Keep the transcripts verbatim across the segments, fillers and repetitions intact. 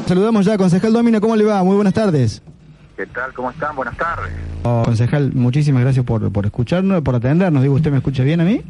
Saludamos ya, concejal Domino, ¿cómo le va? Muy buenas tardes. ¿Qué tal? ¿Cómo están? Buenas tardes. Oh, concejal, muchísimas gracias por, por escucharnos, por atendernos. Digo, ¿usted me escucha bien a mí?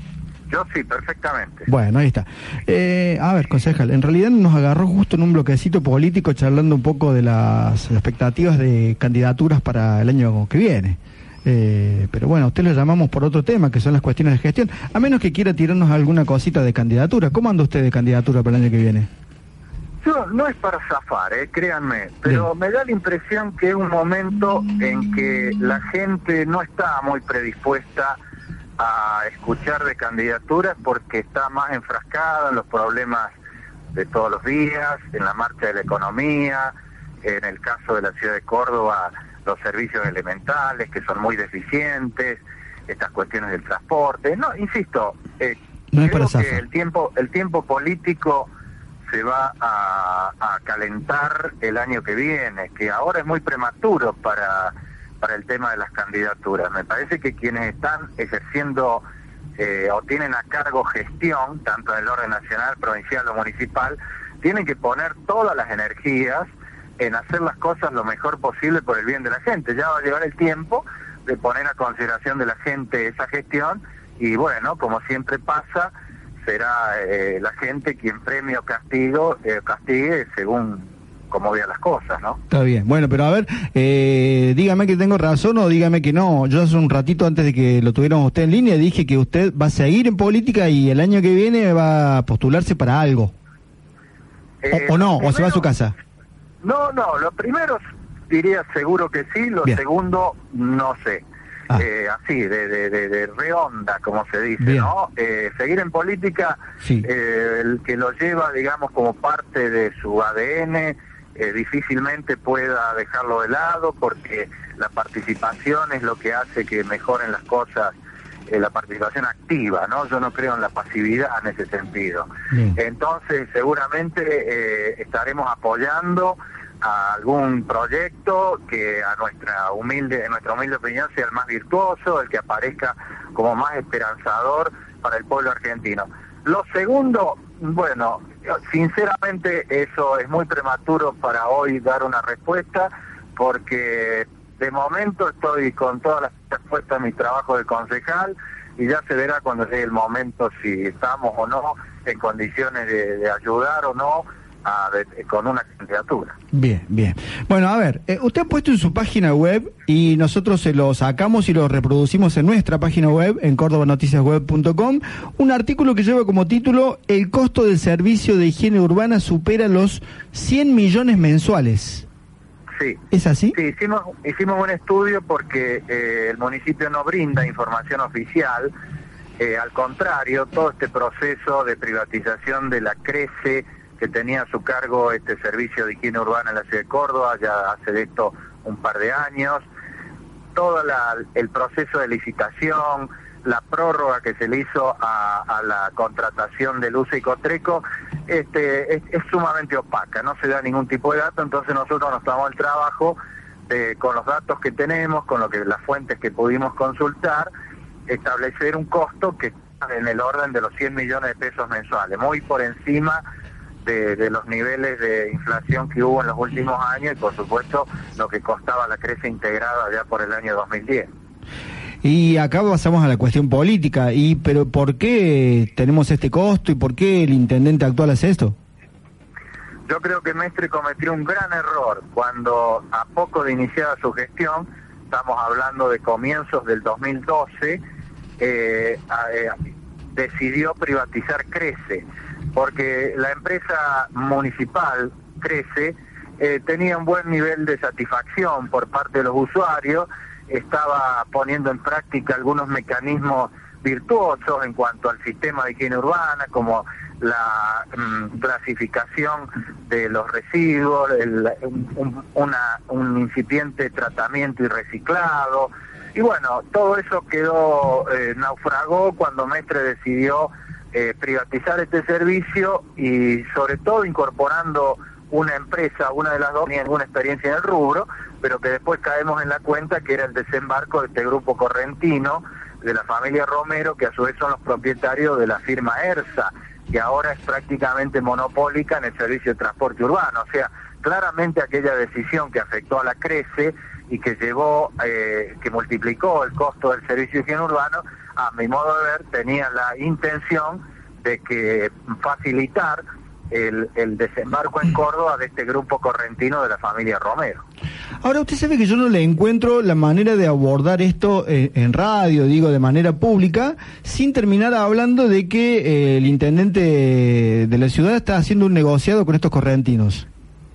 Yo sí, perfectamente. Bueno, ahí está. Eh, a ver, concejal, en realidad nos agarró justo en un bloquecito político charlando un poco de las expectativas de candidaturas para el año que viene. Eh, pero bueno, a usted lo llamamos por otro tema, que son las cuestiones de gestión. A menos que quiera tirarnos alguna cosita de candidatura. ¿Cómo anda usted de candidatura para el año que viene? Yo, no es para zafar, eh, créanme, pero Bien. Me da la impresión que es un momento en que la gente no está muy predispuesta a escuchar de candidaturas porque está más enfrascada en los problemas de todos los días, en la marcha de la economía, en el caso de la ciudad de Córdoba, los servicios elementales que son muy deficientes, estas cuestiones del transporte. No, insisto, eh, no es creo para que el tiempo, el tiempo político se va a, a calentar el año que viene, que ahora es muy prematuro para, para el tema de las candidaturas. Me parece que quienes están ejerciendo eh, o tienen a cargo gestión, tanto en el orden nacional, provincial o municipal, tienen que poner todas las energías en hacer las cosas lo mejor posible por el bien de la gente. Ya va a llegar el tiempo de poner a consideración de la gente esa gestión y bueno, como siempre pasa, será eh, la gente quien premie o castigo, eh, castigue según cómo vean las cosas, ¿no? Está bien. Bueno, pero a ver, eh, dígame que tengo razón o dígame que no. Yo hace un ratito antes de que lo tuviéramos usted en línea dije que usted va a seguir en política y el año que viene va a postularse para algo. Eh, o, o no, primero, o se va a su casa. No, no, lo primero diría seguro que sí, lo Bien. segundo no sé. Ah. Eh, así, de, de, de, de redonda, como se dice, Bien. ¿no? Eh, seguir en política, sí. eh, el que lo lleva, digamos, como parte de su A D N, eh, difícilmente pueda dejarlo de lado, porque la participación es lo que hace que mejoren las cosas, eh, la participación activa, ¿no? Yo no creo en la pasividad en ese sentido. Bien. Entonces, seguramente eh, estaremos apoyando a algún proyecto que a nuestra humilde, en nuestra humilde opinión sea el más virtuoso, el que aparezca como más esperanzador para el pueblo argentino. Lo segundo, bueno, sinceramente eso es muy prematuro para hoy dar una respuesta, porque de momento estoy con todas las respuestas en mi trabajo de concejal y ya se verá cuando llegue el momento si estamos o no en condiciones de, de ayudar o no A, de, con una candidatura. Bien, bien. Bueno, a ver, eh, usted ha puesto en su página web y nosotros se lo sacamos y lo reproducimos en nuestra página web, en córdoba noticias web punto com, un artículo que lleva como título "El costo del servicio de higiene urbana supera los cien millones mensuales". Sí. ¿Es así? Sí, hicimos, hicimos un estudio porque eh, el municipio no brinda información oficial, eh, al contrario, todo este proceso de privatización de la CRECE, que tenía a su cargo este servicio de higiene urbana en la ciudad de Córdoba, ya hace de esto un par de años, todo la, el proceso de licitación, la prórroga que se le hizo a, a la contratación de Luce y Cotreco, este, es, es sumamente opaca, no se da ningún tipo de dato, entonces nosotros nos tomamos el trabajo de, con los datos que tenemos, con lo que las fuentes que pudimos consultar, establecer un costo que está en el orden de los cien millones de pesos mensuales, muy por encima De, de los niveles de inflación que hubo en los últimos años y por supuesto lo que costaba la CRECE integrada ya por el año dos mil diez. Y acá pasamos a la cuestión política, y pero ¿por qué tenemos este costo y por qué el intendente actual hace esto? Yo creo que Mestre cometió un gran error cuando a poco de iniciada su gestión, estamos hablando de comienzos del dos mil doce, eh, eh, decidió privatizar CRECE, porque la empresa municipal, CRECE, eh, tenía un buen nivel de satisfacción por parte de los usuarios, estaba poniendo en práctica algunos mecanismos virtuosos en cuanto al sistema de higiene urbana, como la mm, clasificación de los residuos, el, un, una, un incipiente tratamiento y reciclado, y bueno, todo eso quedó, eh, naufragó cuando Mestre decidió Eh, privatizar este servicio y sobre todo incorporando una empresa, una de las dos, ni ninguna experiencia en el rubro, pero que después caemos en la cuenta que era el desembarco de este grupo correntino, de la familia Romero, que a su vez son los propietarios de la firma ERSA, que ahora es prácticamente monopólica en el servicio de transporte urbano. O sea, claramente aquella decisión que afectó a la CRECE y que llevó, eh, que multiplicó el costo del servicio de higiene urbano, a mi modo de ver, tenía la intención de que facilitar el, el desembarco en Córdoba de este grupo correntino de la familia Romero. Ahora, usted sabe que yo no le encuentro la manera de abordar esto eh, en radio, digo, de manera pública, sin terminar hablando de que eh, el intendente de la ciudad está haciendo un negociado con estos correntinos.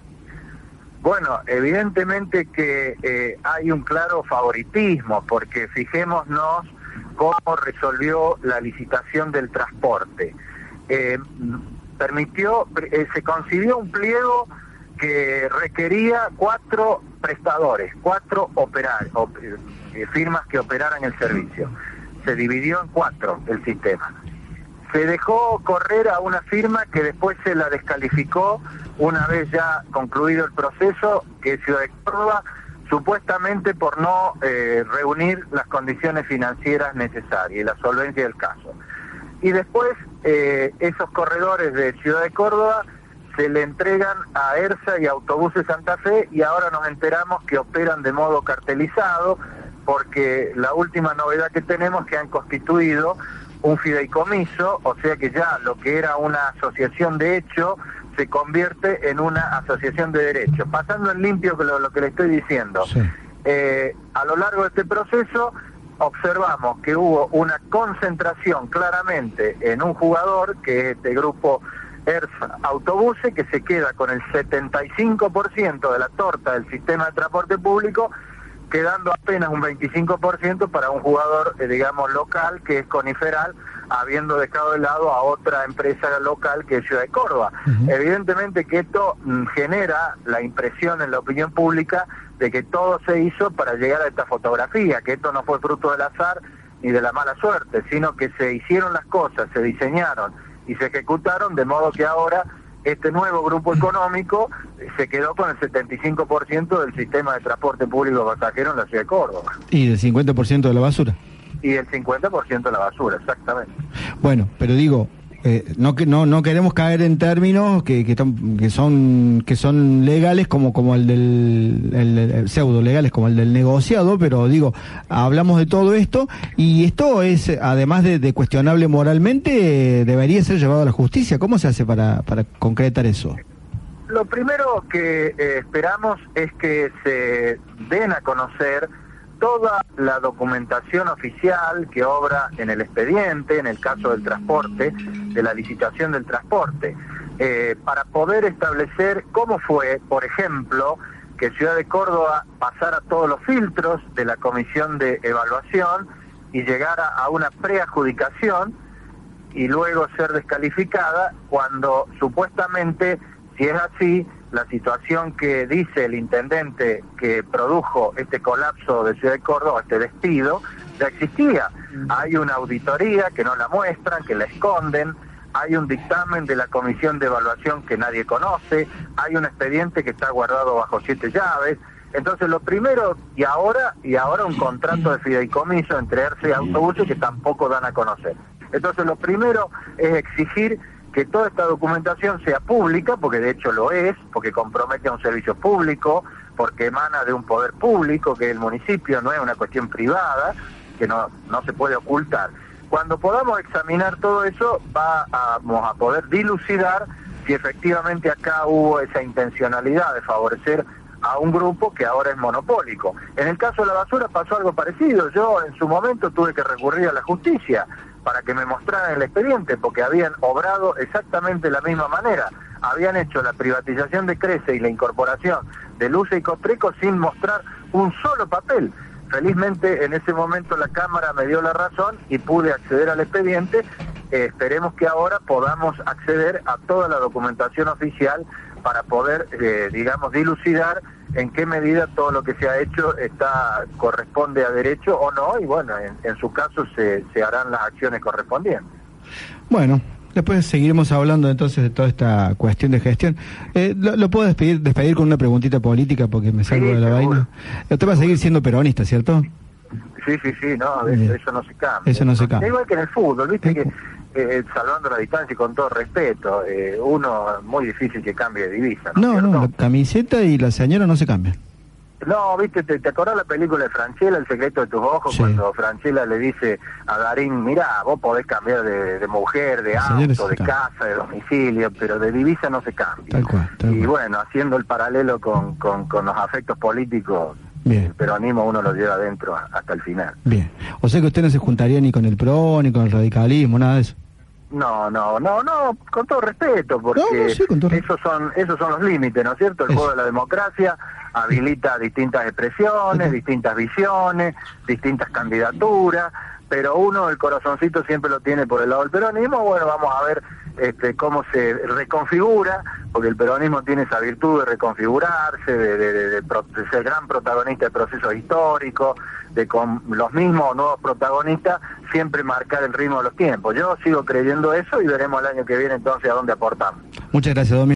Bueno, evidentemente que eh, hay un claro favoritismo, porque fijémonos cómo resolvió la licitación del transporte. Eh, permitió, eh, se concibió un pliego que requería cuatro prestadores, cuatro operar, op, eh, firmas que operaran el servicio. Se dividió en cuatro el sistema. Se dejó correr a una firma que después se la descalificó una vez ya concluido el proceso, que es Ciudad de Córdoba, supuestamente por no eh, reunir las condiciones financieras necesarias y la solvencia del caso. Y después eh, esos corredores de Ciudad de Córdoba se le entregan a ERSA y Autobuses Santa Fe, y ahora nos enteramos que operan de modo cartelizado, porque la última novedad que tenemos es que han constituido un fideicomiso, o sea que ya lo que era una asociación de hecho se convierte en una asociación de derecho. Pasando en limpio lo, lo que le estoy diciendo, sí. eh, a lo largo de este proceso observamos que hubo una concentración claramente en un jugador, que es este grupo ERSA Autobuses, que se queda con el setenta y cinco por ciento de la torta del sistema de transporte público, quedando apenas un veinticinco por ciento para un jugador, eh, digamos, local, que es Coniferal, habiendo dejado de lado a otra empresa local que es Ciudad de Córdoba. Uh-huh. Evidentemente que esto mm, genera la impresión en la opinión pública de que todo se hizo para llegar a esta fotografía, que esto no fue fruto del azar ni de la mala suerte, sino que se hicieron las cosas, se diseñaron y se ejecutaron, de modo que ahora este nuevo grupo económico se quedó con el setenta y cinco por ciento del sistema de transporte público pasajero en la ciudad de Córdoba. Y del cincuenta por ciento de la basura. Y el cincuenta por ciento de la basura, exactamente. Bueno, pero digo, eh, no que no no queremos caer en términos que que, que son que son legales como como el del el, el, pseudo legales como el del negociado, pero digo, hablamos de todo esto y esto es, además de, de cuestionable moralmente, eh, debería ser llevado a la justicia. ¿Cómo se hace para para concretar eso? Lo primero que eh, esperamos es que se den a conocer toda la documentación oficial que obra en el expediente, en el caso del transporte, de la licitación del transporte, eh, para poder establecer cómo fue, por ejemplo, que Ciudad de Córdoba pasara todos los filtros de la comisión de evaluación y llegara a una preadjudicación y luego ser descalificada cuando supuestamente, si es así, la situación que dice el intendente que produjo este colapso de Ciudad de Córdoba, este despido, ya existía. Hay una auditoría que no la muestran, que la esconden, hay un dictamen de la comisión de evaluación que nadie conoce, hay un expediente que está guardado bajo siete llaves. Entonces lo primero, y ahora y ahora un contrato de fideicomiso entre ERSA y Autobuses que tampoco dan a conocer. Entonces lo primero es exigir que toda esta documentación sea pública, porque de hecho lo es, porque compromete a un servicio público, porque emana de un poder público, que es el municipio, no es una cuestión privada, que no, no se puede ocultar. Cuando podamos examinar todo eso, va a, vamos a poder dilucidar si efectivamente acá hubo esa intencionalidad de favorecer a un grupo que ahora es monopólico. En el caso de la basura pasó algo parecido. Yo en su momento tuve que recurrir a la justicia para que me mostraran el expediente, porque habían obrado exactamente de la misma manera. Habían hecho la privatización de CRECE y la incorporación de Luce y Costreco sin mostrar un solo papel. Felizmente en ese momento la Cámara me dio la razón y pude acceder al expediente. Eh, esperemos que ahora podamos acceder a toda la documentación oficial para poder, eh, digamos, dilucidar en qué medida todo lo que se ha hecho está corresponde a derecho o no, y bueno, en, en su caso se, se harán las acciones correspondientes. Bueno, después seguiremos hablando entonces de toda esta cuestión de gestión. Eh, lo, ¿Lo puedo despedir despedir con una preguntita política porque me salgo sí, de la seguro. vaina? Usted va a seguir siendo peronista, ¿cierto? Sí, sí, sí, no, eso, eso no se cambia. Eso no se cambia. Es igual que en el fútbol, viste que eh, salvando la distancia y con todo respeto, eh, uno muy difícil que cambie de divisa. No, no, no, la camiseta y la señora no se cambian. No, viste, ¿te, te acordás la película de Franchella, El secreto de tus ojos? Sí. Cuando Franchella le dice a Darín, mirá, vos podés cambiar de, de mujer, de auto, de casa, de domicilio, pero de divisa no se cambia. Tal cual, tal y cual. bueno, haciendo el paralelo con, con, con los afectos políticos, bien, el peronismo uno lo lleva adentro hasta el final. Bien, o sea que usted no se juntaría ni con el P R O, ni con el radicalismo, nada de eso. No, no, no, no, con todo respeto, porque no, no, sí, con todo esos son esos son los límites, ¿no es cierto? El eso. juego de la democracia habilita distintas expresiones, uh-huh. distintas visiones, distintas candidaturas, pero uno el corazoncito siempre lo tiene por el lado del peronismo. Bueno, vamos a ver este, cómo se reconfigura, porque el peronismo tiene esa virtud de reconfigurarse, de, de, de, de, de ser gran protagonista de procesos históricos, de con los mismos nuevos protagonistas siempre marcar el ritmo de los tiempos. Yo sigo creyendo eso y veremos el año que viene entonces a dónde aportamos. Muchas gracias, Domingo.